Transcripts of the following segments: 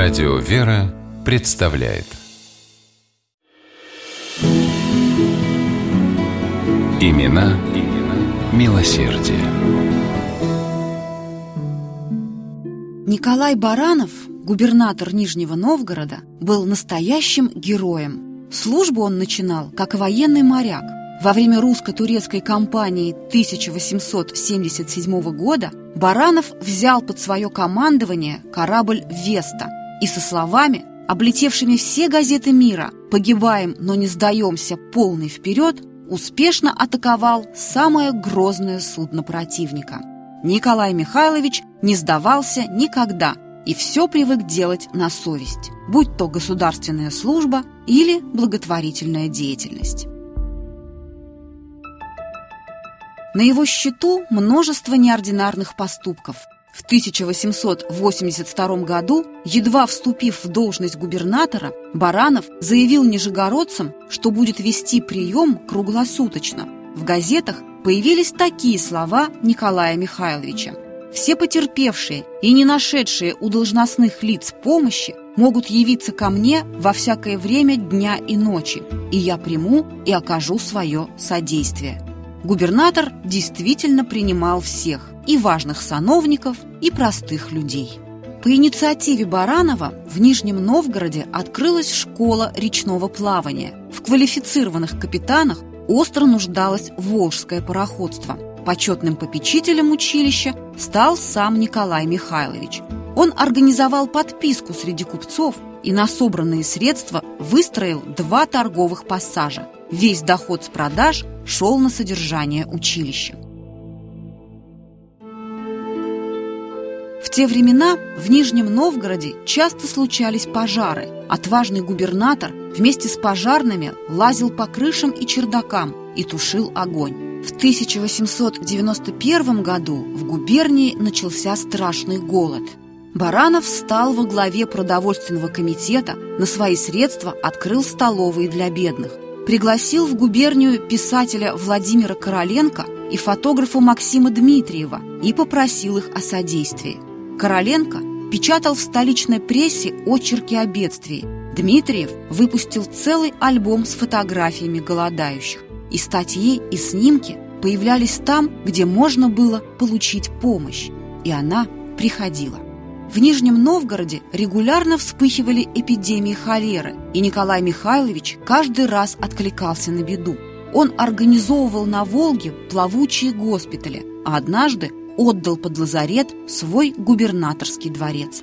Радио «Вера» представляет Имена милосердия. Николай Баранов, губернатор Нижнего Новгорода, был настоящим героем. Службу он начинал как военный моряк. Во время русско-турецкой кампании 1877 года Баранов взял под свое командование корабль «Веста» и со словами, облетевшими все газеты мира «Погибаем, но не сдаемся, полный вперед», успешно атаковал самое грозное судно противника. Николай Михайлович не сдавался никогда и все привык делать на совесть, будь то государственная служба или благотворительная деятельность. На его счету множество неординарных поступков. В 1882 году, едва вступив в должность губернатора, Баранов заявил нижегородцам, что будет вести прием круглосуточно. В газетах появились такие слова Николая Михайловича: «Все потерпевшие и не нашедшие у должностных лиц помощи могут явиться ко мне во всякое время дня и ночи, и я приму и окажу свое содействие». Губернатор действительно принимал всех, и важных сановников, и простых людей. По инициативе Баранова в Нижнем Новгороде открылась школа речного плавания. В квалифицированных капитанах остро нуждалось волжское пароходство. Почетным попечителем училища стал сам Николай Михайлович. Он организовал подписку среди купцов и на собранные средства выстроил 2 торговых пассажа. Весь доход с продаж шел на содержание училища. В те времена в Нижнем Новгороде часто случались пожары. Отважный губернатор вместе с пожарными лазил по крышам и чердакам и тушил огонь. В 1891 году в губернии начался страшный голод. Баранов стал во главе продовольственного комитета, на свои средства открыл столовые для бедных. Пригласил в губернию писателя Владимира Короленко и фотографа Максима Дмитриева и попросил их о содействии. Короленко печатал в столичной прессе очерки о бедствии. Дмитриев выпустил целый альбом с фотографиями голодающих. И статьи, и снимки появлялись там, где можно было получить помощь. И она приходила. В Нижнем Новгороде регулярно вспыхивали эпидемии холеры, и Николай Михайлович каждый раз откликался на беду. Он организовывал на Волге плавучие госпитали, а однажды отдал под лазарет свой губернаторский дворец.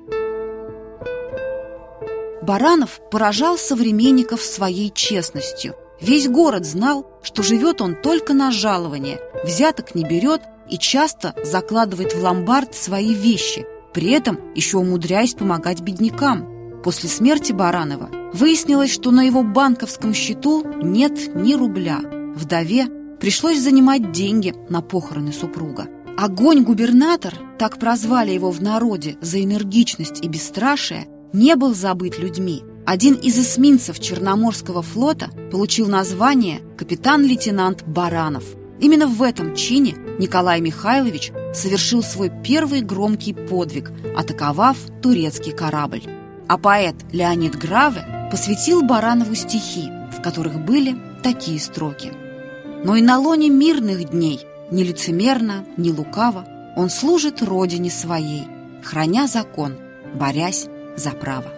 Баранов поражал современников своей честностью. Весь город знал, что живет он только на жалование, взяток не берет и часто закладывает в ломбард свои вещи, при этом еще умудряясь помогать беднякам. После смерти Баранова выяснилось, что на его банковском счету нет ни рубля. Вдове пришлось занимать деньги на похороны супруга. Огонь-губернатор, так прозвали его в народе за энергичность и бесстрашие, не был забыт людьми. Один из эсминцев Черноморского флота получил название капитан-лейтенант Баранов. Именно в этом чине Николай Михайлович совершил свой первый громкий подвиг, атаковав турецкий корабль. А поэт Леонид Граве посвятил Баранову стихи, в которых были такие строки: «Но и на лоне мирных дней, ни лицемерно, ни лукаво, он служит родине своей, храня закон, борясь за право».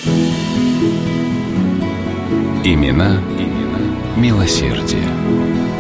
Имена милосердия.